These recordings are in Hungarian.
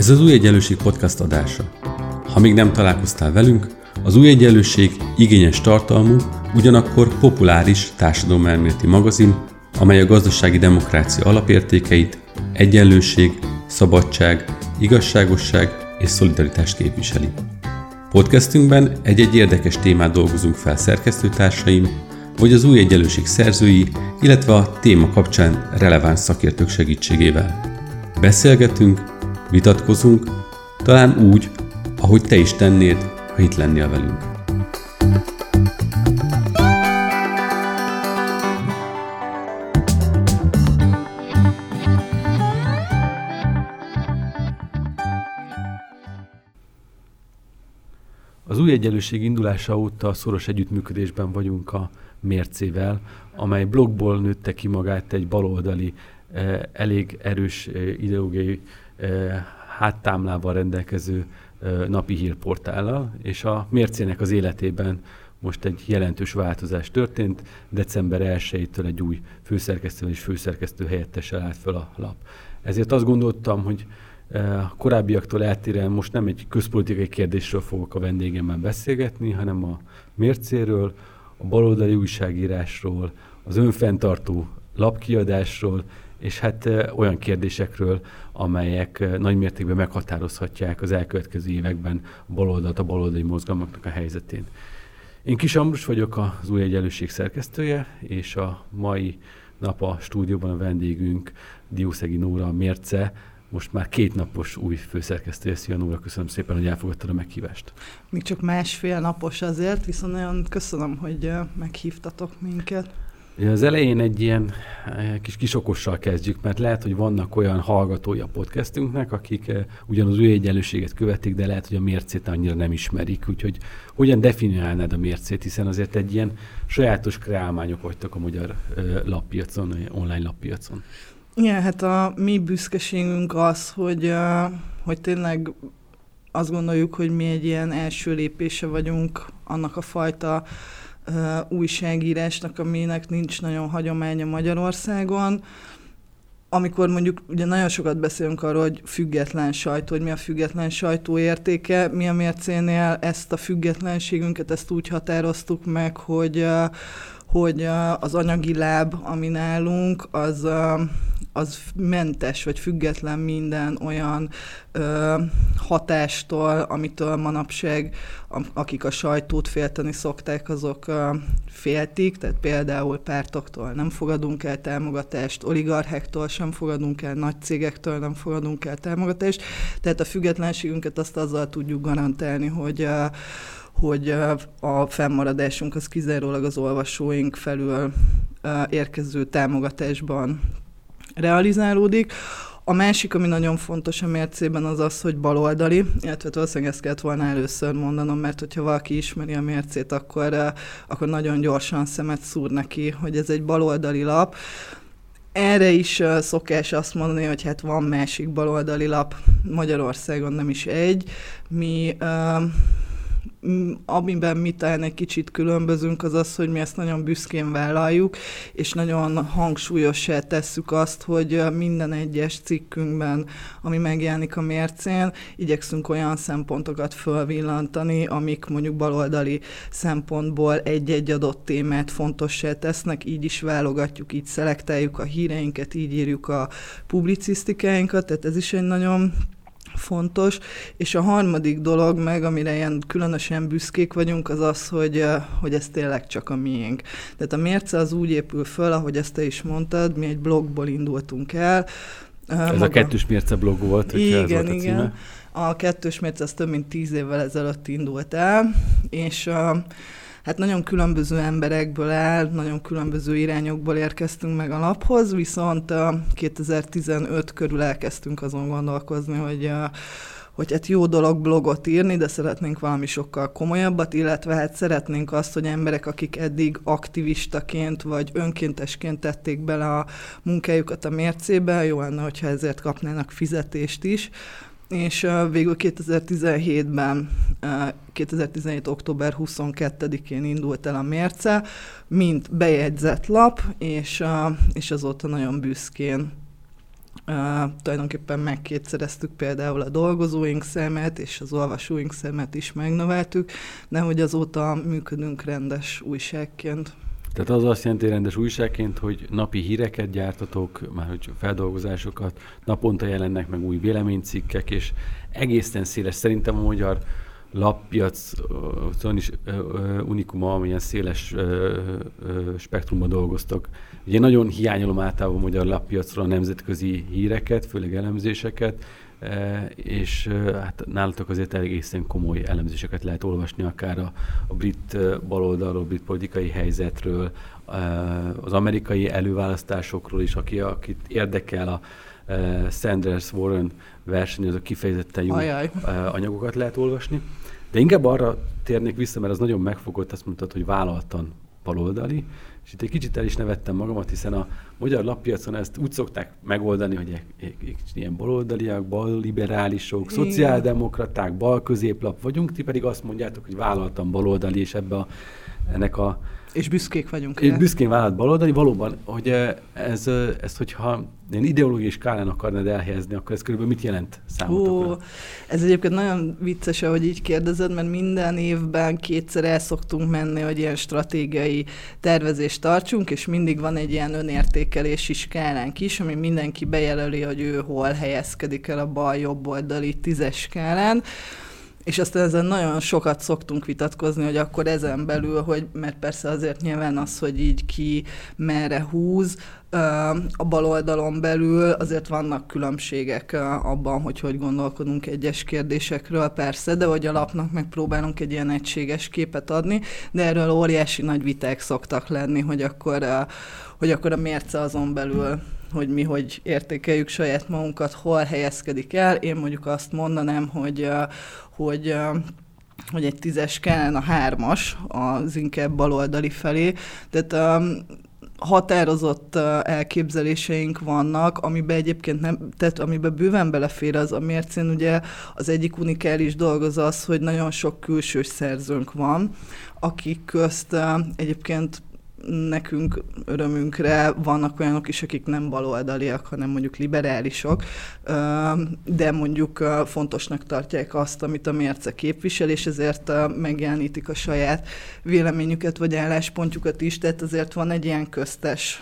Ez az Új Egyenlőség podcast adása. Ha még nem találkoztál velünk, az Új Egyenlőség igényes tartalmú, ugyanakkor populáris társadalomelméleti magazin, amely a gazdasági demokrácia alapértékeit, egyenlőség, szabadság, igazságosság és szolidaritást képviseli. Podcastünkben egy-egy érdekes témát dolgozunk fel szerkesztőtársaim, vagy az Új Egyenlőség szerzői, illetve a téma kapcsán releváns szakértők segítségével. Beszélgetünk, vitatkozunk, talán úgy, ahogy te is tennéd, ha itt lennél velünk. Az Új Egyenlőség indulása óta szoros együttműködésben vagyunk a Mércével, amely blogból nőtte ki magát egy baloldali, elég erős ideológiai háttámlával rendelkező napi hírportállal, és a Mércének az életében most egy jelentős változás történt. December 1-től egy új főszerkesztő és főszerkesztő helyettessel állt fel a lap. Ezért azt gondoltam, hogy korábbiaktól eltérően most nem egy közpolitikai kérdésről fogok a vendégemmel beszélgetni, hanem a Mércéről, a baloldali újságírásról, az önfenntartó lapkiadásról, és hát olyan kérdésekről, amelyek nagy mértékben meghatározhatják az elkövetkező években a baloldalt, a baloldali mozgalmaknak a helyzetén. Én Kis Ambrus vagyok, az Új Egyenlőség szerkesztője, és a mai nap a stúdióban a vendégünk Diószegi Nóra, a Mérce, most már 2 napos új főszerkesztője. Szia Nóra, köszönöm szépen, hogy elfogadtad a meghívást. Még csak 1,5 napos azért, viszont nagyon köszönöm, hogy meghívtatok minket. Az elején egy ilyen kis kisokossal kezdjük, mert lehet, hogy vannak olyan hallgatói a podcastünknek, akik ugyanaz Új Egyenlőséget követik, de lehet, hogy a Mércét annyira nem ismerik. Úgyhogy hogyan definiálnád a Mércét, hiszen azért egy ilyen sajátos kreálmányok vagytok a magyar lappiacon, online lappiacon. Igen, hát a mi büszkeségünk az, hogy tényleg azt gondoljuk, hogy mi egy ilyen első lépése vagyunk annak a fajta újságírásnak, aminek nincs nagyon hagyománya Magyarországon. Amikor mondjuk ugye nagyon sokat beszélünk arról, hogy független sajtó, hogy mi a független sajtó értéke, mi a Mércénél ezt a függetlenségünket, ezt úgy határoztuk meg, hogy az anyagi láb, ami nálunk, az mentes, vagy független minden olyan hatástól, amitől manapság, akik a sajtót félteni szokták, azok féltik, tehát például pártoktól nem fogadunk el támogatást, oligarcháktól sem fogadunk el, nagy cégektől nem fogadunk el támogatást, tehát a függetlenségünket azt azzal tudjuk garantálni, hogy a fennmaradásunk az kizárólag az olvasóink felül érkező támogatásban realizálódik. A másik, ami nagyon fontos a Mércében, az az, hogy baloldali, illetve valószínűleg ezt kellett volna először mondanom, mert hogyha valaki ismeri a Mércét, akkor nagyon gyorsan szemet szúr neki, hogy ez egy baloldali lap. Erre is szokás azt mondani, hogy hát van másik baloldali lap Magyarországon, nem is egy. Amiben mi talán egy kicsit különbözünk, az az, hogy mi ezt nagyon büszkén vállaljuk, és nagyon hangsúlyossá tesszük azt, hogy minden egyes cikkünkben, ami megjelenik a Mércén, igyekszünk olyan szempontokat fölvillantani, amik mondjuk baloldali szempontból egy-egy adott témát fontossá tesznek, így is válogatjuk, így szelektáljuk a híreinket, így írjuk a publicisztikáinkat, tehát ez is egy nagyon fontos, és a harmadik dolog meg, amire ilyen különösen büszkék vagyunk, az az, hogy ez tényleg csak a miénk. Tehát a Mérce az úgy épül föl, ahogy ezt te is mondtad, mi egy blogból indultunk el. Ez a Kettős Mérce blog volt, hogyha ez volt a címe. Igen. A Kettős Mérce az több mint 10 évvel ezelőtt indult el, és hát nagyon különböző emberekből áll, nagyon különböző irányokból érkeztünk meg a laphoz, viszont 2015 körül elkezdtünk azon gondolkozni, hogy hát jó dolog blogot írni, de szeretnénk valami sokkal komolyabbat, illetve hát szeretnénk azt, hogy emberek, akik eddig aktivistaként vagy önkéntesként tették bele a munkájukat a Mércébe, jó lenne, hogyha ezért kapnának fizetést is. És végül 2017 október 22-én indult el a Mérce, mint bejegyzett lap, és azóta nagyon büszkén Tulajdonképpen megkétszereztük például a dolgozóink számát, és az olvasóink számát is megnöveltük, de hogy azóta működünk rendes újságként. Tehát az azt jelenti rendes újságként, hogy napi híreket gyártatok, már hogy feldolgozásokat, naponta jelennek meg új véleménycikkek, és egészen széles, szerintem a magyar lappiacon is unikuma, amilyen széles spektrumban dolgoztak. Ugye nagyon hiányolom általában a magyar lappiacról a nemzetközi híreket, főleg elemzéseket, és hát nálatok azért egészen komoly elemzéseket lehet olvasni, akár a brit baloldalról, brit politikai helyzetről, az amerikai előválasztásokról is, akit érdekel a Sanders-Warren verseny, azok kifejezetten jó anyagokat lehet olvasni. De inkább arra térnék vissza, mert az nagyon megfogott, azt mondtad, hogy vállaltan baloldali, és itt egy kicsit el is nevettem magamat, hiszen a magyar lappiacon ezt úgy szokták megoldani, hogy ilyen baloldaliak, balliberálisok, szociáldemokraták, balközéplap vagyunk, ti pedig azt mondjátok, hogy vállaltan baloldali, és és büszkék vagyunk. És büszkén vállalt baloldali. Valóban, hogy ez hogyha én ideológiai skálán akarnád elhelyezni, akkor ez körülbelül mit jelent számotokra? Ez egyébként nagyon vicces, ahogy így kérdezed, mert minden évben kétszer el szoktunk menni, hogy ilyen stratégiai tervezést tartsunk, és mindig van egy ilyen önértékelési skálánk is, ami mindenki bejelöli, hogy ő hol helyezkedik el a bal-jobb oldali 10-es skálán. És aztán ezen nagyon sokat szoktunk vitatkozni, hogy akkor ezen belül, mert persze azért nyilván az, hogy így ki merre húz, a baloldalon belül azért vannak különbségek abban, hogy gondolkodunk egyes kérdésekről, persze, de hogy a lapnak megpróbálunk egy ilyen egységes képet adni, de erről óriási nagy viták szoktak lenni, hogy akkor a mérce azon belül, hogy mi hogy értékeljük saját magunkat, hol helyezkedik el. Én mondjuk azt mondanám, hogy egy 10-es kellene, a 3-as, az inkább baloldali felé. Tehát határozott elképzeléseink vannak, amiben egyébként amiben bőven belefér az a mércén, ugye az egyik unikális dolog az, hogy nagyon sok külsős szerzőnk van, akik közt egyébként nekünk örömünkre vannak olyanok is, akik nem baloldaliak, hanem mondjuk liberálisok, de mondjuk fontosnak tartják azt, amit a mérce képvisel, és ezért megjelenítik a saját véleményüket vagy álláspontjukat is, tehát azért van egy ilyen köztes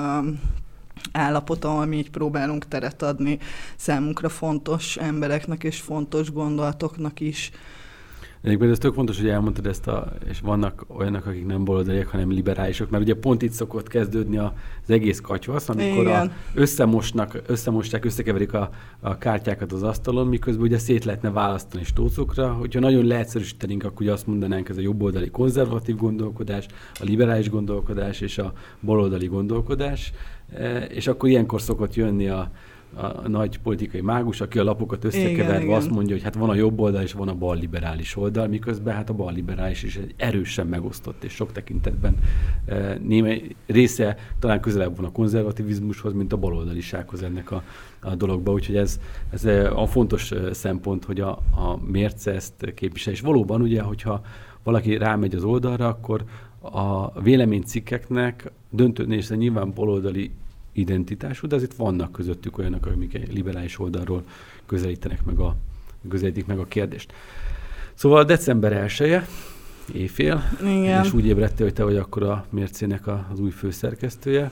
állapot, ahol mi így próbálunk teret adni számunkra fontos embereknek és fontos gondolatoknak is. Egyébként ez tök fontos, hogy elmondtad ezt, és vannak olyanok, akik nem baloldaliak, hanem liberálisok, mert ugye pont itt szokott kezdődni az egész katyvasz, amikor összekeverik a kártyákat az asztalon, miközben ugye szét lehetne választani stócokra. Hogyha nagyon leegyszerűsítenénk, akkor ugye azt mondanánk, ez a jobboldali konzervatív gondolkodás, a liberális gondolkodás és a baloldali gondolkodás, és akkor ilyenkor szokott jönni a nagy politikai mágus, aki a lapokat összekeverve azt mondja, hogy hát van a jobb oldal és van a balliberális oldal, miközben hát a balliberális is egy erősen megosztott, és sok tekintetben némely része talán közelebb van a konzervativizmushoz, mint a baloldalisághoz ennek a dologba. Úgyhogy ez a fontos szempont, hogy a mérce ezt képvisel. És valóban ugye, hogyha valaki rámegy az oldalra, akkor a véleménycikkeknek döntőnél nyilván baloldali identitású, de azért vannak közöttük olyanok, amik liberális oldalról közelítik meg a kérdést. Szóval december 1-e, éjfél, és úgy ébredtél, hogy te vagy akkor a mércének az új főszerkesztője.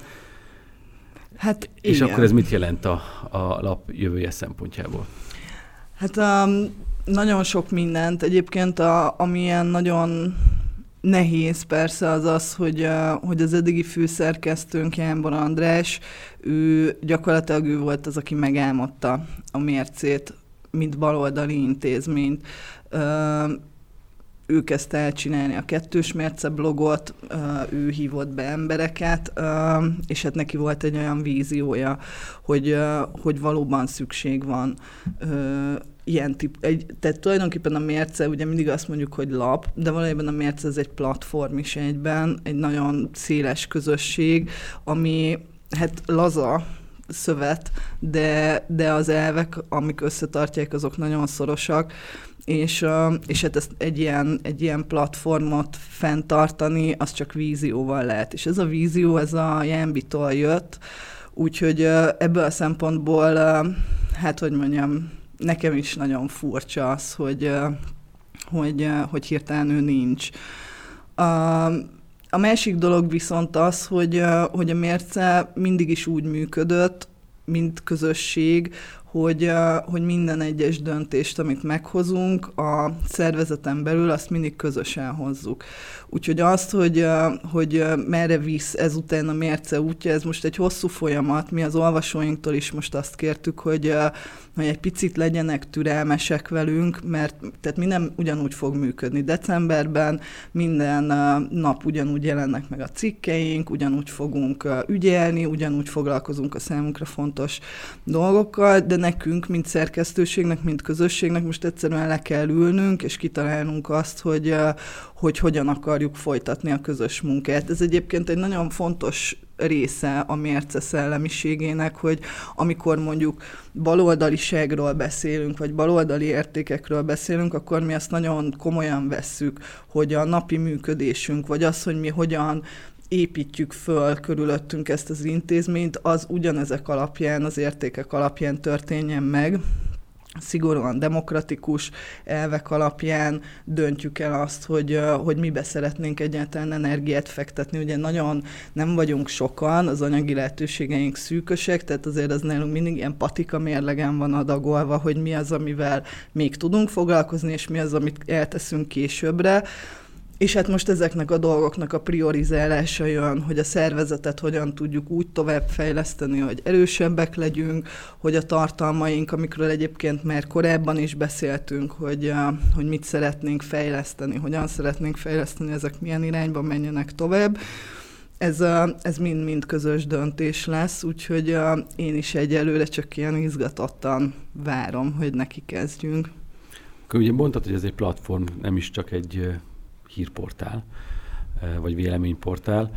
Hát és igen. akkor ez mit jelent a lap jövője szempontjából? Hát nagyon sok mindent. Egyébként amilyen nagyon nehéz persze az, hogy az eddigi főszerkesztőnk, Jámbor András, ő gyakorlatilag ő volt az, aki megálmodta a mércét, mint baloldali intézményt. Ő kezdte el csinálni a Kettős Mérce blogot, ő hívott be embereket, és hát neki volt egy olyan víziója, hogy valóban szükség van ilyen tehát tulajdonképpen a mérce, ugye mindig azt mondjuk, hogy lap, de valójában a mérce ez egy platform is egyben, egy nagyon széles közösség, ami hát laza szövet, de az elvek, amik összetartják, azok nagyon szorosak, és hát ezt egy ilyen platformot fenntartani, az csak vízióval lehet. És ez a vízió, ez a Jámbitól jött, Úgyhogy ebből a szempontból, hát hogy mondjam, nekem is nagyon furcsa az, hogy hirtelen ő nincs. A másik dolog viszont az, hogy a Mérce mindig is úgy működött, mint közösség, hogy minden egyes döntést, amit meghozunk a szervezeten belül, azt mindig közösen hozzuk. Úgyhogy azt, hogy merre visz ezután a Mérce útja, ez most egy hosszú folyamat. Mi az olvasóinktól is most azt kértük, hogy egy picit legyenek türelmesek velünk, mert tehát minden ugyanúgy fog működni. Decemberben minden nap ugyanúgy jelennek meg a cikkeink, ugyanúgy fogunk ügyelni, ugyanúgy foglalkozunk a számunkra fontos dolgokkal, de nekünk, mint szerkesztőségnek, mint közösségnek most egyszerűen le kell ülnünk, és kitalálnunk azt, hogy hogyan akarjuk folytatni a közös munkát. Ez egyébként egy nagyon fontos része a Mérce szellemiségének, hogy amikor mondjuk baloldaliságról beszélünk, vagy baloldali értékekről beszélünk, akkor mi azt nagyon komolyan vesszük, hogy a napi működésünk, vagy az, hogy mi hogyan építjük föl körülöttünk ezt az intézményt, az ugyanezek alapján, az értékek alapján történjen meg. Szigorúan demokratikus elvek alapján döntjük el azt, hogy mibe szeretnénk egyáltalán energiát fektetni. Ugye nagyon nem vagyunk sokan, az anyagi lehetőségeink szűkösek, tehát azért az nálunk mindig ilyen patika mérlegen van adagolva, hogy mi az, amivel még tudunk foglalkozni, és mi az, amit elteszünk későbbre. És hát most ezeknek a dolgoknak a priorizálása jön, hogy a szervezetet hogyan tudjuk úgy továbbfejleszteni, hogy erősebbek legyünk, hogy a tartalmaink, amikről egyébként már korábban is beszéltünk, hogy mit szeretnénk fejleszteni, hogyan szeretnénk fejleszteni, ezek milyen irányba menjenek tovább. Ez mind-mind közös döntés lesz, úgyhogy én is egyelőre csak ilyen izgatottan várom, hogy neki kezdjünk. Akkor ugye mondtad, hogy ez egy platform, nem is csak egy hírportál, vagy véleményportál.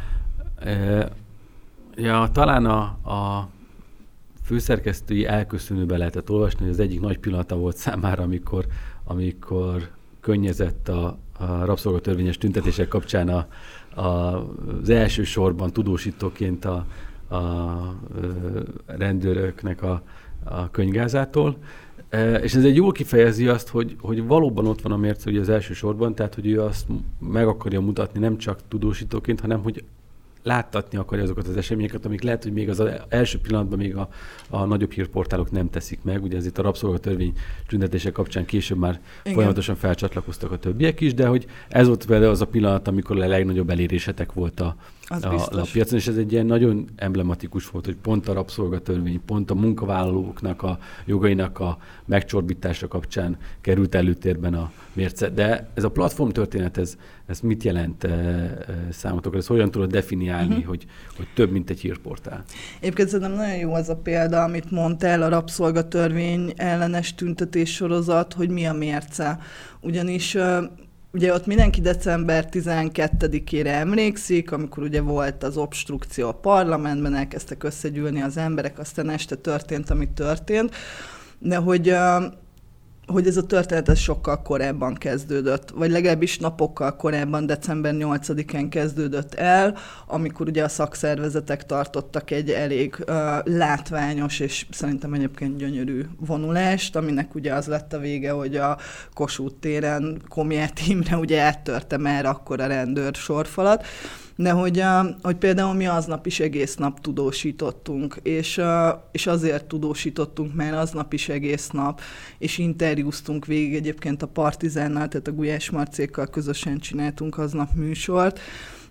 Talán a főszerkesztői elköszönőbe lehetett olvasni, hogy az egyik nagy pillanata volt számára, amikor könnyezett a rabszolgatörvényes tüntetések kapcsán az első sorban tudósítóként a rendőröknek a könygázától. És ez egy jól kifejezi azt, hogy valóban ott van a Mérce ugye az első sorban, tehát hogy ő azt meg akarja mutatni nem csak tudósítóként, hanem hogy láttatni akarja azokat az eseményeket, amik lehet, hogy még az első pillanatban még a nagyobb hírportálok nem teszik meg. Ugye ezért a rabszolgatörvény tüntetések kapcsán később már folyamatosan felcsatlakoztak a többiek is, de hogy ez volt például az a pillanat, amikor a legnagyobb elérésetek volt a piacon, és ez egy ilyen nagyon emblematikus volt, hogy pont a rabszolgatörvény, pont a munkavállalóknak a jogainak a megcsorbítása kapcsán került előtérben a Mérce. De ez a platform történet, ez mit jelent számotokra? Ez hogyan tudod definiálni, hogy több, mint egy hírportál? Egyébként szerintem nagyon jó az a példa, amit mondtál, a rabszolgatörvény ellenes tüntetés sorozat, hogy mi a Mérce. Ugyanis ugye ott mindenki december 12-ére emlékszik, amikor ugye volt az obstrukció a parlamentben, elkezdtek összegyűlni az emberek, aztán este történt, ami történt, de hogy ez a történet ez sokkal korábban kezdődött, vagy legalábbis napokkal korábban, december 8-án kezdődött el, amikor ugye a szakszervezetek tartottak egy elég látványos és szerintem egyébként gyönyörű vonulást, aminek ugye az lett a vége, hogy a Kossuth téren Komját Imre ugye áttörte már akkor a rendőr sorfalat, de hogy például mi aznap is egész nap tudósítottunk, és azért tudósítottunk, mert aznap is egész nap, és interjúztunk végig egyébként a Partizánnal, tehát a Gulyás Marcékkal közösen csináltunk aznap műsort,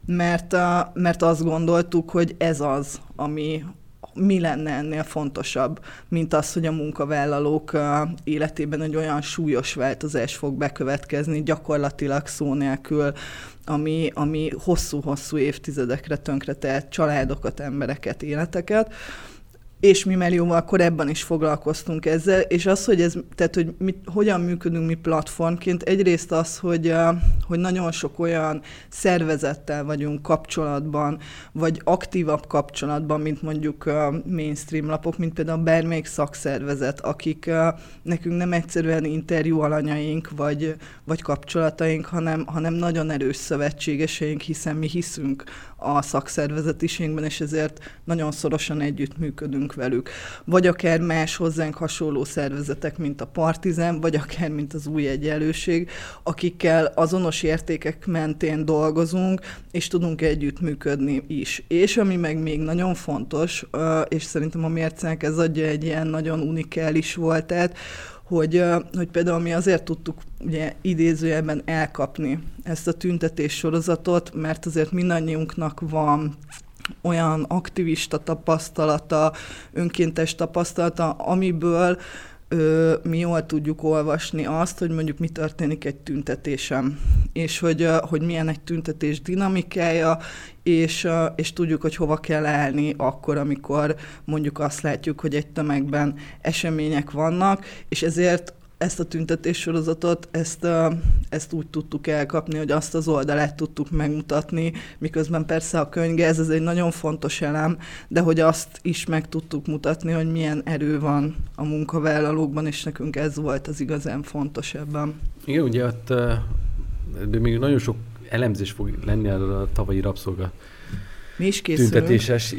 mert azt gondoltuk, hogy ez az, mi lenne ennél fontosabb, mint az, hogy a munkavállalók életében egy olyan súlyos változás fog bekövetkezni, gyakorlatilag szó nélkül, ami hosszú-hosszú évtizedekre tönkretett családokat, embereket, életeket. és mi már jóval korábban is foglalkoztunk ezzel, és az, hogy hogyan működünk mi platformként, egyrészt az, hogy nagyon sok olyan szervezettel vagyunk kapcsolatban, vagy aktívabb kapcsolatban, mint mondjuk mainstream lapok, mint például bármelyik szakszervezet, akik nekünk nem egyszerűen interjú alanyaink, vagy kapcsolataink, hanem nagyon erős szövetségeseink, hiszen mi hiszünk a szakszervezetiségben, és ezért nagyon szorosan együttműködünk velük. Vagy akár más hozzánk hasonló szervezetek, mint a Partizán, vagy akár mint az Új Egyenlőség, akikkel azonos értékek mentén dolgozunk, és tudunk együttműködni is. És ami meg még nagyon fontos, és szerintem a Mércének ez adja egy ilyen nagyon unikális voltát, hogy például mi azért tudtuk ugye idézőjelben elkapni ezt a tüntetés sorozatot, mert azért mindannyiunknak van olyan aktivista tapasztalata, önkéntes tapasztalata, amiből mi jól tudjuk olvasni azt, hogy mondjuk mi történik egy tüntetésen, és hogy milyen egy tüntetés dinamikája, és tudjuk, hogy hova kell állni akkor, amikor mondjuk azt látjuk, hogy egy tömegben események vannak, és ezért ezt a tüntetéssorozatot, ezt úgy tudtuk elkapni, hogy azt az oldalát tudtuk megmutatni, miközben persze a könyvgáz, ez egy nagyon fontos elem, de hogy azt is meg tudtuk mutatni, hogy milyen erő van a munkavállalókban, és nekünk ez volt az igazán fontos ebben. Igen, ugye ott még nagyon sok elemzés fog lenni a tavalyi rabszolga tüntetéses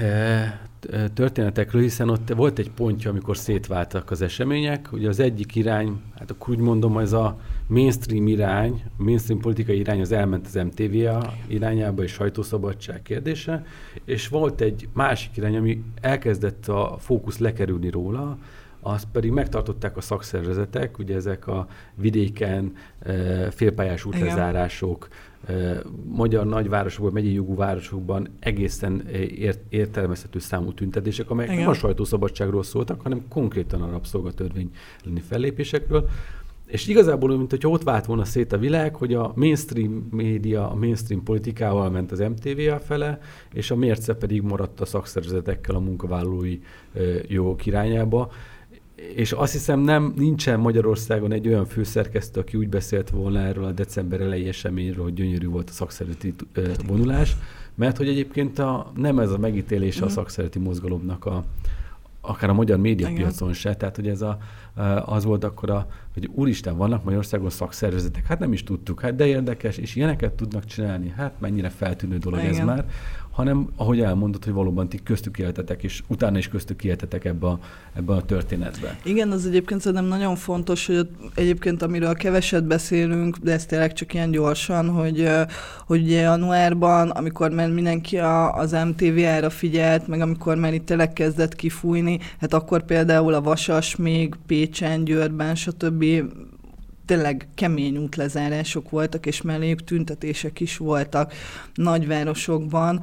történetekről, hiszen ott volt egy pontja, amikor szétváltak az események. Ugye az egyik irány, hát akkor úgy mondom, ez a mainstream irány, a mainstream politikai irány az elment az MTV-a irányába és sajtószabadság kérdése, és volt egy másik irány, ami elkezdett a fókusz lekerülni róla, azt pedig megtartották a szakszervezetek, ugye ezek a vidéken félpályás útlezárások, magyar nagyvárosokban, megyei jogú városokban egészen értelmezhető számú tüntetések, amelyek nem a sajtószabadságról szóltak, hanem konkrétan a rabszolgatörvény elleni fellépésekről. És igazából, mint hogyha ott vált volna szét a világ, hogy a mainstream média, a mainstream politikával ment az MTV-a fele, és a mérce pedig maradt a szakszervezetekkel a munkavállalói jogok irányába. És azt hiszem nincsen Magyarországon egy olyan főszerkesztő, aki úgy beszélt volna erről a december elejé eseményről, hogy gyönyörű volt a szakszervezeti vonulás, mert hogy egyébként nem ez a megítélése a szakszervezeti mozgalomnak akár a magyar médiapiacon se, tehát hogy ez az volt akkor, hogy úristen, vannak Magyarországon szakszervezetek, hát nem is tudtuk, de érdekes, és ilyeneket tudnak csinálni, hát mennyire feltűnő dolog ez már, hanem ahogy elmondod, hogy valóban ti köztük éltetek, és utána is köztük éltetek ebbe a történetbe. Igen, az egyébként szerintem nagyon fontos, hogy egyébként amiről keveset beszélünk, de ez tényleg csak ilyen gyorsan, hogy ugye januárban, amikor már mindenki az MTV-ra figyelt, meg amikor már itt tényleg kezdett kifújni, hát akkor például a Vasas még Pécsen, Győrben, stb. Tényleg kemény útlezárások voltak, és melléjük tüntetések is voltak nagyvárosokban,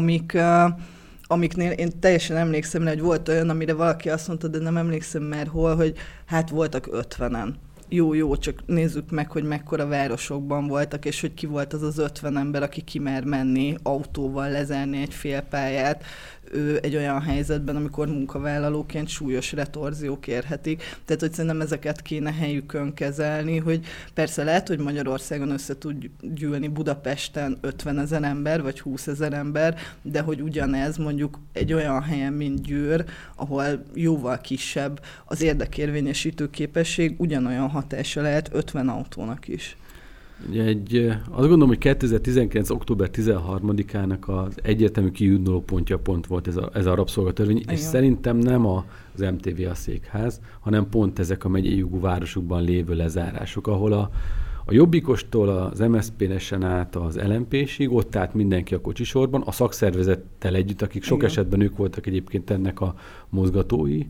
amiknél én teljesen emlékszem, hogy volt olyan, amire valaki azt mondta, de nem emlékszem már hol, hogy hát voltak 50-en. Jó, csak nézzük meg, hogy mekkora városokban voltak, és hogy ki volt az 50 ember, aki kimer menni autóval, lezárni egy félpályát, egy olyan helyzetben, amikor munkavállalóként súlyos retorziók érhetik. Tehát, hogy szerintem ezeket kéne helyükön kezelni, hogy persze lehet, hogy Magyarországon össze tud gyűlni Budapesten 50 000 ember, vagy 20 000 ember, de hogy ugyanez mondjuk egy olyan helyen, mint Győr, ahol jóval kisebb az érdekérvényesítő képesség, ugyanolyan hatása lehet 50 autónak is. Ugye azt gondolom, hogy 2019. október 13-ának az egyértelmű kiinduló pontja pont volt ez a rabszolgatörvény, és szerintem nem az MTV a székház, hanem pont ezek a megyei jogú városokban lévő lezárások, ahol a Jobbikostól az MSZP-nesen át az LMP-sig, ott állt mindenki a kocsisorban, a szakszervezettel együtt, akik sok esetben ők voltak egyébként ennek a mozgatói,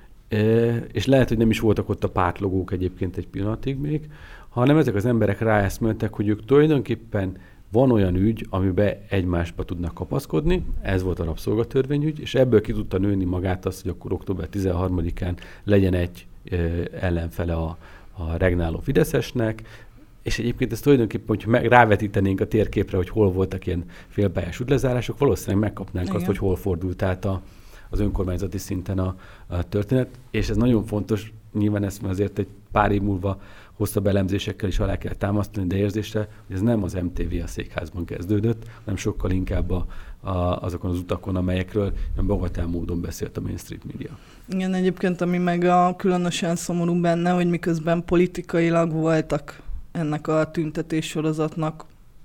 és lehet, hogy nem is voltak ott a pártlogók egyébként egy pillanatig még, hanem ezek az emberek ráeszméltek, hogy ők tulajdonképpen van olyan ügy, amiben egymásba tudnak kapaszkodni, ez volt a rabszolgatörvényügy, és ebből ki tudta nőni magát azt, hogy akkor október 13-án legyen egy ellenfele a regnáló fideszesnek, és egyébként ezt tulajdonképpen, hogy rávetítenénk a térképre, hogy hol voltak ilyen félpályás útlezárások, valószínűleg megkapnánk azt, hogy hol fordult át az önkormányzati szinten a történet, és ez nagyon fontos, nyilván ezt azért egy pár év múlva hosszabb elemzésekkel is alá kell támasztani, de érzésre, hogy ez nem az MTV a Székházban kezdődött, hanem sokkal inkább azokon az utakon, amelyekről bagatel módon beszélt a mainstream média. Igen, egyébként ami meg különösen szomorú benne, hogy miközben politikailag voltak ennek a tüntetéssorozatnak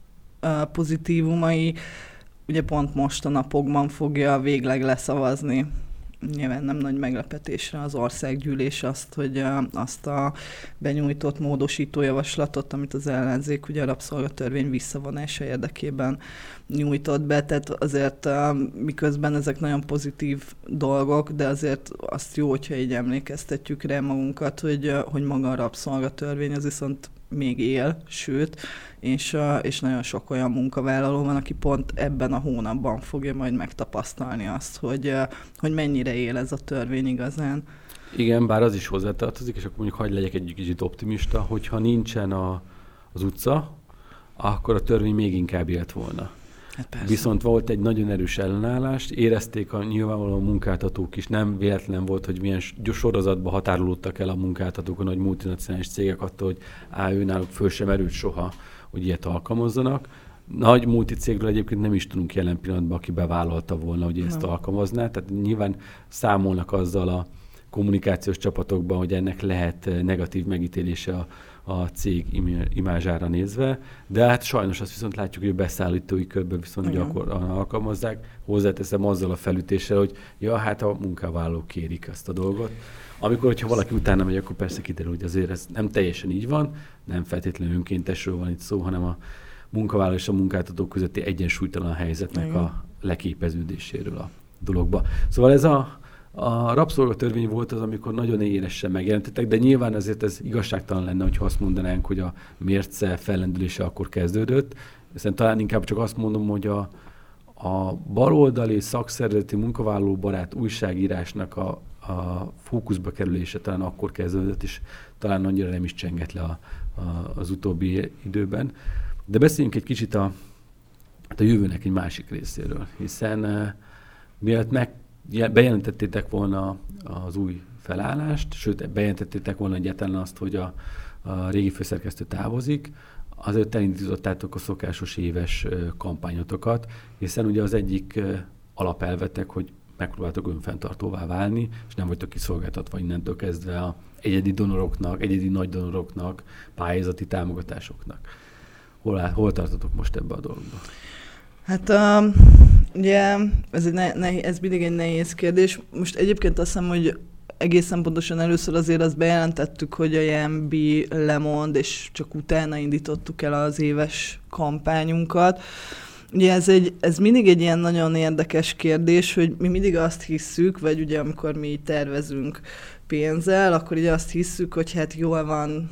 pozitívumai, ugye pont most a napokban fogja végleg leszavazni. Nyilván nem nagy meglepetésre az országgyűlés azt a benyújtott módosító javaslatot, amit az ellenzék ugye a rabszolgatörvény visszavonása érdekében nyújtott be, tehát azért miközben ezek nagyon pozitív dolgok, de azért azt jó, hogyha így emlékeztetjük rá magunkat, hogy maga a rabszolgatörvény az viszont még él, sőt, és nagyon sok olyan munkavállaló van, aki pont ebben a hónapban fogja majd megtapasztalni azt, hogy mennyire él ez a törvény igazán. Igen, bár az is hozzátartozik, és akkor mondjuk hadd legyek egy kicsit optimista, hogyha nincsen az utca, akkor a törvény még inkább élt volna. Hát viszont volt egy nagyon erős ellenállást, érezték nyilvánvalóan a munkáltatók is, nem véletlen volt, hogy milyen sorozatban határolódtak el a munkáltatókon, hogy multinacionális cégek attól, hogy őnáluk föl sem erőt soha, hogy ilyet alkalmazzanak. Nagy multicégről egyébként nem is tudunk jelen pillanatban, aki bevállalta volna, hogy ezt alkalmazná. Tehát nyilván számolnak azzal a kommunikációs csapatokban, hogy ennek lehet negatív megítélése a cég imázsára nézve, de hát sajnos azt viszont látjuk, hogy a beszállítói körben viszont gyakran alkalmazzák. Hozzáteszem azzal a felütéssel, hogy hát a munkavállalók kérik ezt a dolgot. Amikor, hogyha valaki utána megy, akkor persze kiderül, hogy azért ez nem teljesen így van, nem feltétlenül önkéntesről van itt szó, hanem a munkavállaló és a munkáltató közötti egyensúlytalan helyzetnek a leképeződéséről a dologba. Szóval ez a rabszolgatörvény volt az, amikor nagyon élesen megjelentettek, de nyilván azért ez igazságtalan lenne, hogyha azt mondanánk, hogy a mérce fellendülése akkor kezdődött. Hiszen talán inkább csak azt mondom, hogy a baloldali szakszervezeti munkavállaló barát újságírásnak a fókuszba kerülése talán akkor kezdődött, és talán annyira nem is csengett le az utóbbi időben. De beszéljünk egy kicsit a jövőnek egy másik részéről, hiszen mielőtt bejelentettétek volna az új felállást, sőt, bejelentettétek volna egyáltalán azt, hogy a régi főszerkesztő távozik, azért elindítottátok a szokásos éves kampányotokat, hiszen ugye az egyik alapelvetek, hogy megpróbáltok önfenntartóvá válni, és nem vagytok kiszolgáltatva innentől kezdve a egyedi donoroknak, egyedi nagy donoroknak, pályázati támogatásoknak. Hol tartotok most ebbe a dologba? Hát ugye ez mindig egy nehéz kérdés. Most egyébként azt hiszem, hogy egészen pontosan először azért azt bejelentettük, hogy a JMB lemond, és csak utána indítottuk el az éves kampányunkat. Ugye ez mindig egy ilyen nagyon érdekes kérdés, hogy mi mindig azt hisszük, vagy ugye amikor mi tervezünk pénzzel, akkor ugye azt hisszük, hogy hát jól van,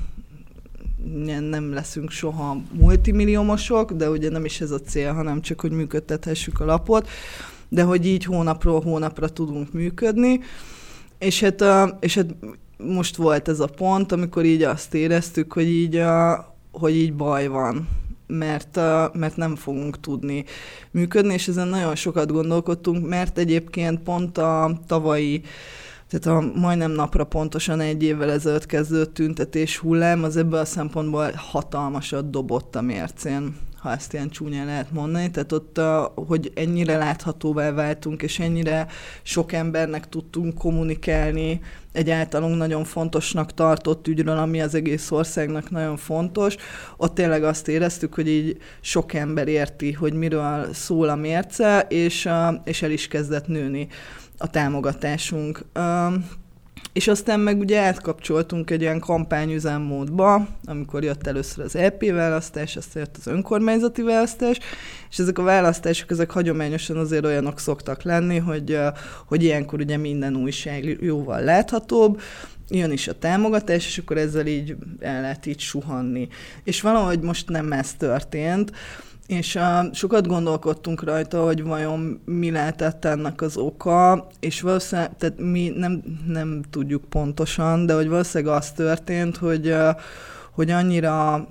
nem leszünk soha multimilliómosok, de ugye nem is ez a cél, hanem csak, hogy működtethessük a lapot, de hogy így hónapról hónapra tudunk működni, és hát most volt ez a pont, amikor így azt éreztük, hogy így baj van, mert nem fogunk tudni működni, és ezen nagyon sokat gondolkodtunk, mert egyébként pont a tavalyi, tehát a majdnem napra pontosan egy évvel ezelőtt kezdődött tüntetés hullám, az ebből a szempontból hatalmasat dobott a mércén, ha ezt ilyen csúnyán lehet mondani. Tehát ott, hogy ennyire láthatóvá váltunk, és ennyire sok embernek tudtunk kommunikálni egy általunk nagyon fontosnak tartott ügyről, ami az egész országnak nagyon fontos, ott tényleg azt éreztük, hogy így sok ember érti, hogy miről szól a mérce, és el is kezdett nőni a támogatásunk. És aztán meg ugye átkapcsoltunk egy ilyen kampányüzemmódba, amikor jött először az EP választás, aztán jött az önkormányzati választás, és ezek a választások, ezek hagyományosan azért olyanok szoktak lenni, hogy ilyenkor ugye minden újság jóval láthatóbb, jön is a támogatás, és akkor ezzel így el lehet így suhanni. És valahogy most nem ez történt, és sokat gondolkodtunk rajta, hogy vajon mi lehetett ennek az oka, és valószínűleg, tehát mi nem tudjuk pontosan, de hogy valószínűleg az történt, hogy annyira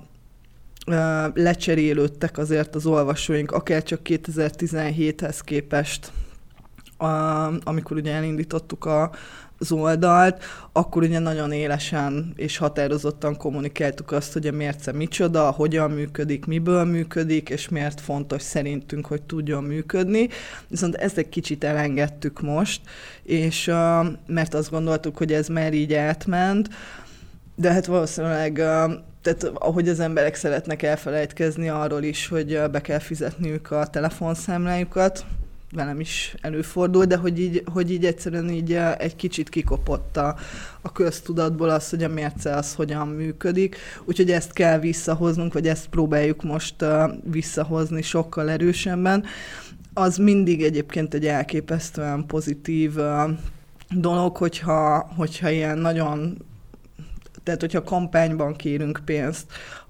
lecserélődtek azért az olvasóink, akár csak 2017-hez képest amikor ugye elindítottuk az oldalt, akkor ugye nagyon élesen és határozottan kommunikáltuk azt, hogy a mérce micsoda, hogyan működik, miből működik, és miért fontos szerintünk, hogy tudjon működni. Viszont ezt egy kicsit elengedtük most, és mert azt gondoltuk, hogy ez már így átment, de hát valószínűleg, tehát ahogy az emberek szeretnek elfelejtkezni arról is, hogy be kell fizetniük a telefonszámlájukat, velem is előfordul, de hogy így egyszerűen így egy kicsit kikopott a köztudatból az, hogy a mérce az hogyan működik. Úgyhogy ezt kell visszahoznunk, vagy ezt próbáljuk most visszahozni sokkal erősebben. Az mindig egyébként egy elképesztően pozitív dolog, hogyha ilyen nagyon, tehát hogyha kampányban kérünk pénzt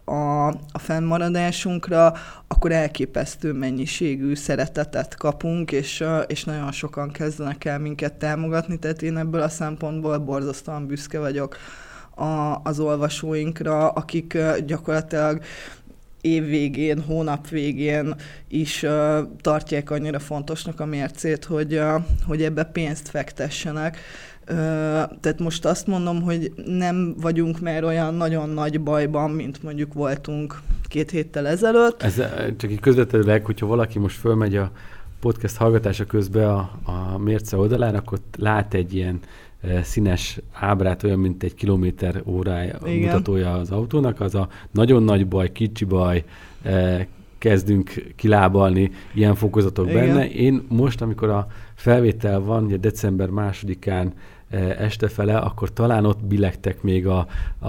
a fennmaradásunkra, akkor elképesztő mennyiségű szeretetet kapunk, és nagyon sokan kezdenek el minket támogatni, tehát én ebből a szempontból borzasztóan büszke vagyok az olvasóinkra, akik gyakorlatilag év végén, hónap végén is tartják annyira fontosnak a mércét, hogy ebbe pénzt fektessenek. Tehát most azt mondom, hogy nem vagyunk már olyan nagyon nagy bajban, mint mondjuk voltunk 2 héttel ezelőtt. Ez csak így közvetlenül, hogyha valaki most fölmegy a podcast hallgatása közben a mérce oldalára, akkor lát egy ilyen színes ábrát, olyan, mint egy kilométer órája mutatója az autónak, az a nagyon nagy baj, kicsi baj, kezdünk kilábalni, ilyen fokozatok benne. Én most, amikor a felvétel van, ugye december 2-án este fele, akkor talán ott billegtek még a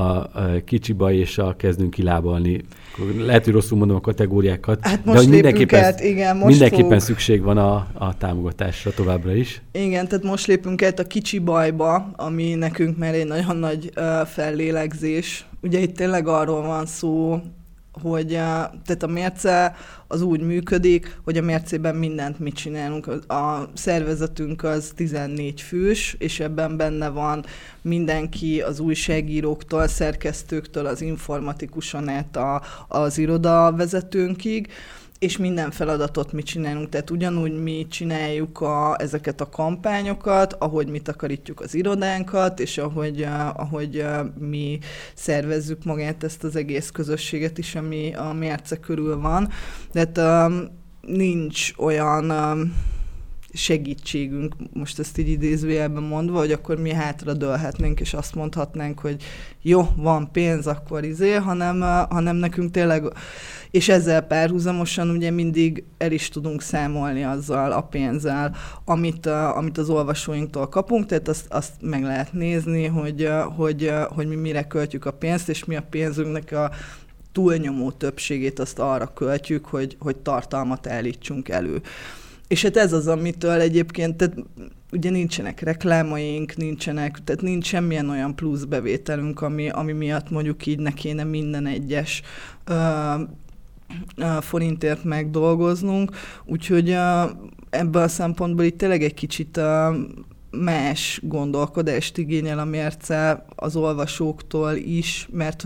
kicsi baj és a kezdünk kilábalni. Lehet, hogy rosszul mondom a kategóriákat, hát most de mindenképpen most szükség van a támogatásra továbbra is. Igen, tehát most lépünk át a kicsi bajba, ami nekünk már egy nagyon nagy fellélegzés. Ugye itt tényleg arról van szó, hogy tehát a mérce az úgy működik, hogy a mércében mindent mit csinálunk. A szervezetünk az 14 fős, és ebben benne van mindenki az újságíróktól, szerkesztőktől, az informatikuson át az irodavezetőnkig, és minden feladatot mi csinálunk. Tehát ugyanúgy mi csináljuk ezeket a kampányokat, ahogy mi takarítjuk az irodánkat, és ahogy mi szervezzük magát ezt az egész közösséget is, ami a mérce körül van. Tehát nincs olyan segítségünk, most ezt így idézőjelben mondva, hogy akkor mi hátradőlhetnénk, és azt mondhatnánk, hogy jó, van pénz, akkor hanem nekünk tényleg, és ezzel párhuzamosan ugye mindig el is tudunk számolni azzal a pénzzel, amit az olvasóinktól kapunk, tehát azt meg lehet nézni, hogy mi mire költjük a pénzt, és mi a pénzünknek a túlnyomó többségét azt arra költjük, hogy tartalmat állítsunk elő. És hát ez az, amitől egyébként, tehát ugye nincsenek reklámaink, tehát nincs semmilyen olyan plusz bevételünk, ami miatt mondjuk így ne kéne minden egyes forintért megdolgoznunk. Úgyhogy ebből a szempontból itt tényleg egy kicsit más gondolkodást igényel a mérce az olvasóktól is, mert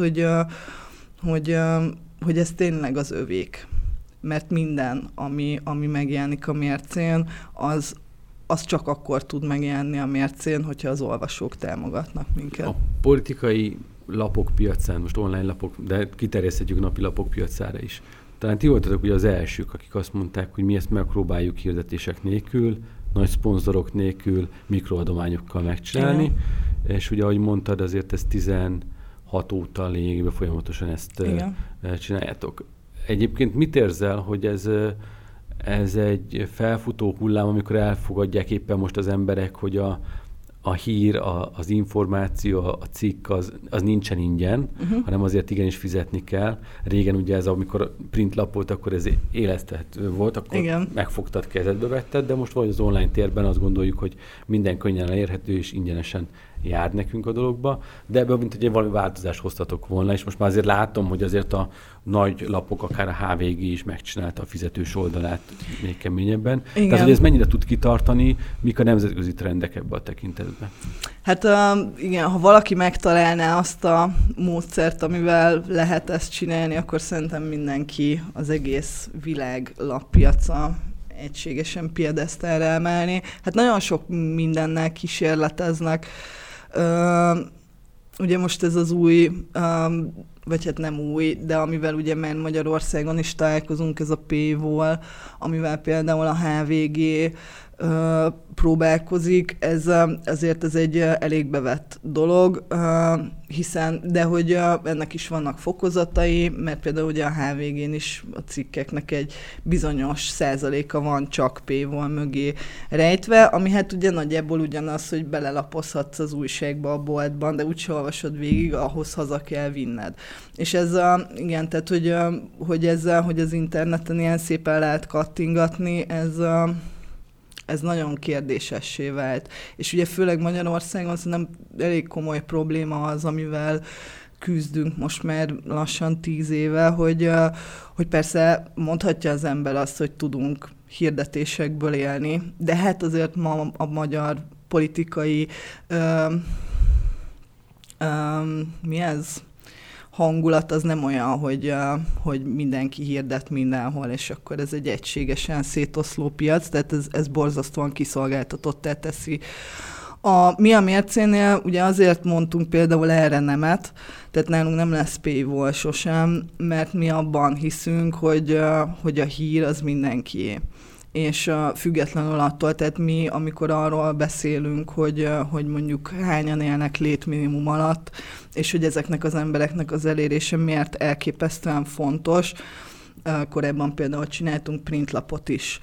hogy ez tényleg az övék. Mert minden, ami megjelenik a mércén, az csak akkor tud megjelenni a mércén, hogyha az olvasók támogatnak minket. A politikai lapok piacán, most online lapok, de kiterjeszthetjük napi lapok piacára is. Talán ti voltatok ugye az elsők, akik azt mondták, hogy mi ezt megpróbáljuk hirdetések nélkül, nagy szponzorok nélkül, mikroadományokkal megcsinálni. Igen. És ugye, ahogy mondtad, azért ez 16 óta lényegében folyamatosan ezt csináljátok. Egyébként mit érzel, hogy ez egy felfutó hullám, amikor elfogadják éppen most az emberek, hogy a hír, az információ, a cikk az nincsen ingyen, hanem azért igenis fizetni kell. Régen ugye ez, amikor printlap volt, akkor ez éleszthető volt, akkor megfogtad, kezedbe vetted, de most vagy az online térben azt gondoljuk, hogy minden könnyen elérhető és ingyenesen jár nekünk a dologba, de ebből mint hogy valami változást hoztatok volna, és most már azért látom, hogy azért a nagy lapok, akár a HVG is megcsinálta a fizetős oldalát még keményebben. Igen. Tehát, hogy ez mennyire tud kitartani, mik a nemzetközi trendek ebben a tekintetben? Hát igen, ha valaki megtalálná azt a módszert, amivel lehet ezt csinálni, akkor szerintem mindenki, az egész világ lappiaca egységesen piedesztálra emelni. Hát nagyon sok mindennel kísérleteznek. Ugye most ez az új, vagy hát nem új, de amivel ugye már Magyarországon is találkozunk, ez a Paywall, amivel például a HVG próbálkozik, azért ez egy elég bevett dolog, de hogy ennek is vannak fokozatai, mert például ugye a HVG-n is a cikkeknek egy bizonyos százaléka van csak Paywall mögé rejtve, ami hát ugye nagyjából ugyanaz, hogy belelapozhatsz az újságba a boltban, de úgyse olvasod végig, ahhoz haza kell vinned. És ez igen, tehát hogy az interneten ilyen szépen lehet kattingatni, ez nagyon kérdésessé vált. És ugye főleg Magyarországon szerintem elég komoly probléma az, amivel küzdünk most már lassan 10 éve, hogy persze mondhatja az ember azt, hogy tudunk hirdetésekből élni, de hát azért ma a magyar politikai mi ez? Hangulat az nem olyan, hogy mindenki hirdet mindenhol, és akkor ez egy egységesen szétoszló piac, tehát ez borzasztóan kiszolgáltatottá teszi. Mi a mércénél ugye azért mondtunk például erre nemet, tehát nálunk nem lesz Paywall sosem, mert mi abban hiszünk, hogy a hír az mindenkié. És függetlenül attól, tehát mi, amikor arról beszélünk, hogy mondjuk hányan élnek létminimum alatt, és hogy ezeknek az embereknek az elérése miért elképesztően fontos. Korábban például csináltunk printlapot is,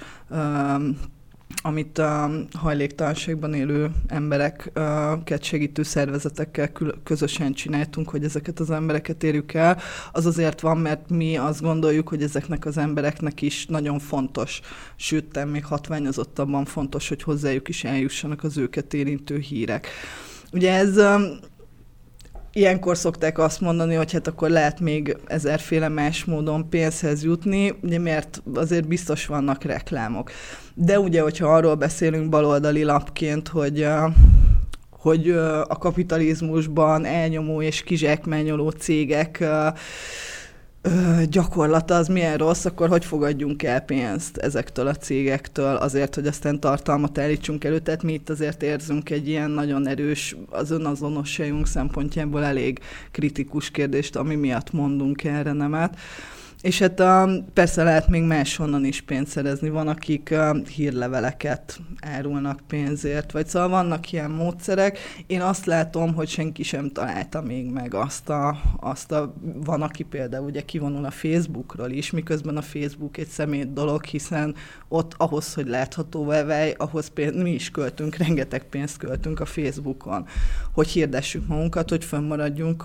amit a hajléktalanságban élő embereket segítő szervezetekkel közösen csináltunk, hogy ezeket az embereket érjük el. Az azért van, mert mi azt gondoljuk, hogy ezeknek az embereknek is nagyon fontos, sőt, még hatványozottabban fontos, hogy hozzájuk is eljussanak az őket érintő hírek. Ugye ez... Ilyenkor szokták azt mondani, hogy hát akkor lehet még ezerféle más módon pénzhez jutni, ugye mert azért biztos vannak reklámok. De ugye, hogyha arról beszélünk baloldali lapként, hogy a kapitalizmusban elnyomó és kizsákmányoló cégek gyakorlata az milyen rossz, akkor hogy fogadjunk el pénzt ezektől a cégektől azért, hogy aztán tartalmat állítsunk elő. Tehát mi itt azért érzünk egy ilyen nagyon erős, az önazonosságunk szempontjából elég kritikus kérdést, ami miatt mondunk erre nemet. És hát persze lehet még máshonnan is pénzt szerezni. Van, akik hírleveleket árulnak pénzért, vagy szóval vannak ilyen módszerek. Én azt látom, hogy senki sem találta még meg van, aki például ugye kivonul a Facebookról is, miközben a Facebook egy szemét dolog, hiszen ott ahhoz, hogy láthatóvá válj, ahhoz mi is költünk, rengeteg pénzt költünk a Facebookon, hogy hirdessük magunkat, hogy fönnmaradjunk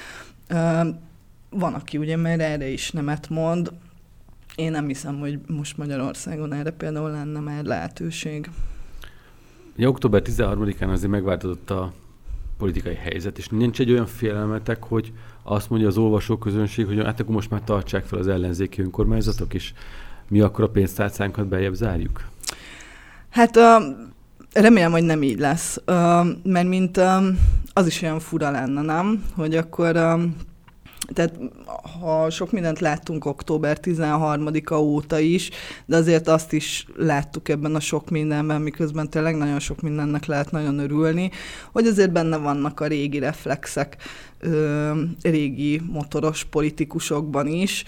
van, aki ugye már erre is nemet mond. Én nem hiszem, hogy most Magyarországon erre például lenne már lehetőség. Ja, október 13-án azért megváltozott a politikai helyzet, és nincs egy olyan félelmetek, hogy azt mondja az olvasóközönség, hogy hát akkor most már tartsák fel az ellenzéki önkormányzatok, és mi akkor a pénztárcánkat beljebb zárjuk? Hát remélem, hogy nem így lesz, mert az is olyan fura lenne, nem? Hogy akkor... Tehát ha sok mindent láttunk október 13-a óta is, de azért azt is láttuk ebben a sok mindenben, miközben tényleg nagyon sok mindennek lehet nagyon örülni, hogy azért benne vannak a régi reflexek, régi motoros politikusokban is,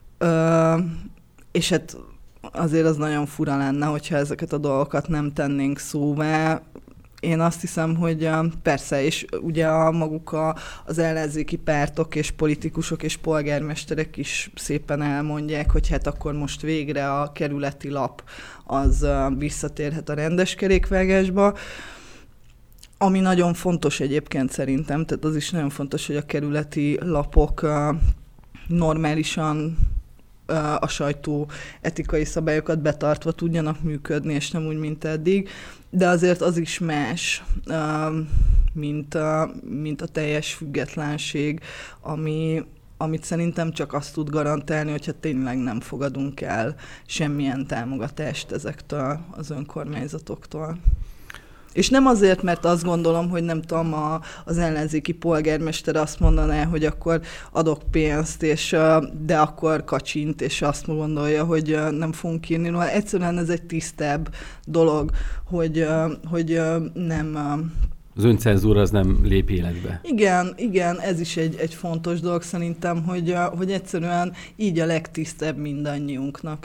és hát azért az nagyon fura lenne, hogyha ezeket a dolgokat nem tennénk szóvá. Én azt hiszem, hogy persze, és ugye maguk az ellenzéki pártok és politikusok és polgármesterek is szépen elmondják, hogy hát akkor most végre a kerületi lap az visszatérhet a rendes kerékvágásba. Ami nagyon fontos egyébként szerintem, tehát az is nagyon fontos, hogy a kerületi lapok normálisan a sajtó etikai szabályokat betartva tudjanak működni, és nem úgy, mint eddig. De azért az is más, mint a teljes függetlenség, amit szerintem csak azt tud garantálni, hogyha tényleg nem fogadunk el semmilyen támogatást ezektől az önkormányzatoktól. És nem azért, mert azt gondolom, hogy nem tudom, az ellenzéki polgármester azt mondaná, hogy akkor adok pénzt, de akkor kacsint, és azt gondolja, hogy nem fogunk írni. No, egyszerűen ez egy tisztább dolog, hogy nem... Az öncenzúra az nem lép életbe. Igen, ez is egy fontos dolog szerintem, hogy egyszerűen így a legtisztább mindannyiunknak.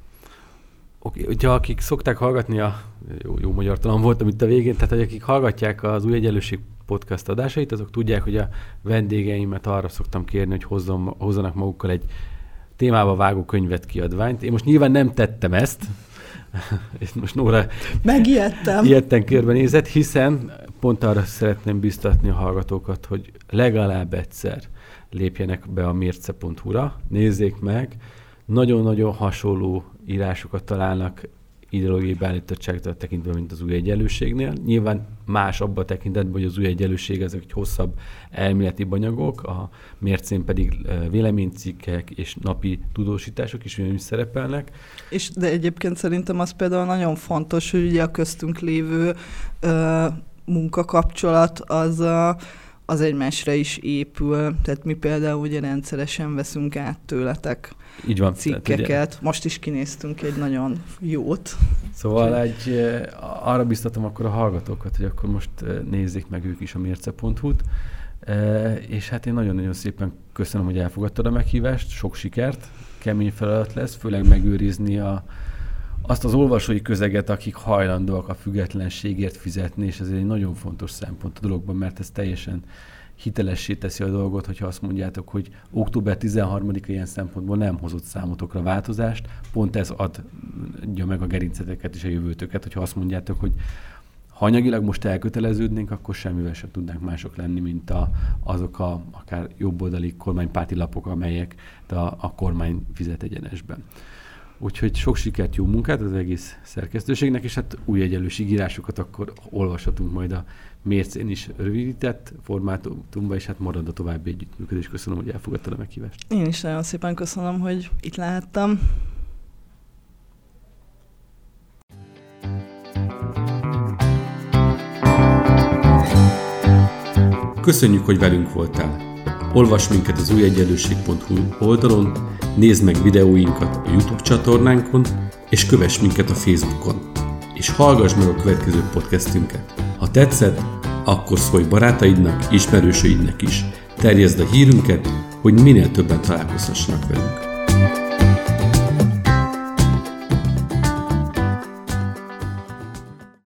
Oké, hogyha akik szokták hallgatni jó magyartalan voltam itt a végén, tehát hogy akik hallgatják az Új Egyenlőség podcast adásait, azok tudják, hogy a vendégeimet arra szoktam kérni, hogy hozzanak magukkal egy témába vágó könyvet, kiadványt. Én most nyilván nem tettem ezt, most Nóra ijedten körbenézett, hiszen pont arra szeretném biztatni a hallgatókat, hogy legalább egyszer lépjenek be a mérce.hu-ra, nézzék meg, nagyon-nagyon hasonló írásokat találnak ideológiai beállítottságtól tekintve, mint az Új Egyenlőségnél. Nyilván más abban a tekintetben, hogy az Új Egyenlőség ezek egy hosszabb elméleti anyagok, a mércén pedig véleménycikkek és napi tudósítások is ugyanúgy szerepelnek. De egyébként szerintem az például nagyon fontos, hogy ugye a köztünk lévő munkakapcsolat az egymásra is épül. Tehát mi például ugye rendszeresen veszünk át tőletek így van, cikkeket. Most is kinéztünk egy nagyon jót. Szóval arra biztatom akkor a hallgatókat, hogy akkor most nézzék meg ők is a mérce.hu-t. És hát én nagyon-nagyon szépen köszönöm, hogy elfogadtad a meghívást. Sok sikert, kemény feladat lesz, főleg megőrizni azt az olvasói közeget, akik hajlandóak a függetlenségért fizetni, és ez egy nagyon fontos szempont a dologban, mert ez teljesen hitelessé teszi a dolgot, hogyha azt mondjátok, hogy október 13-a ilyen szempontból nem hozott számotokra változást, pont ez adja meg a gerinceteket és a jövőtöket, hogyha azt mondjátok, hogy ha anyagilag most elköteleződnénk, akkor semmivel sem tudnánk mások lenni, mint azok akár jobboldali kormánypárti lapok, amelyek a kormány fizet egyenesben. Úgyhogy sok sikert, jó munkát az egész szerkesztőségnek, és hát új egyenlőség írásokat akkor olvashatunk majd a mércén is rövidített formátumban, és hát marad a további együttműködés. Köszönöm, hogy elfogadtad a meghívást. Én is nagyon szépen köszönöm, hogy itt lehettem. Köszönjük, hogy velünk voltál! Olvasd minket az újegyenlőség.hu oldalon, nézd meg videóinkat a YouTube csatornánkon, és kövess minket a Facebookon. És hallgass meg a következő podcastünket. Ha tetszett, akkor szólj barátaidnak, ismerősöidnek is. Terjeszd a hírünket, hogy minél többen találkozhassanak velünk.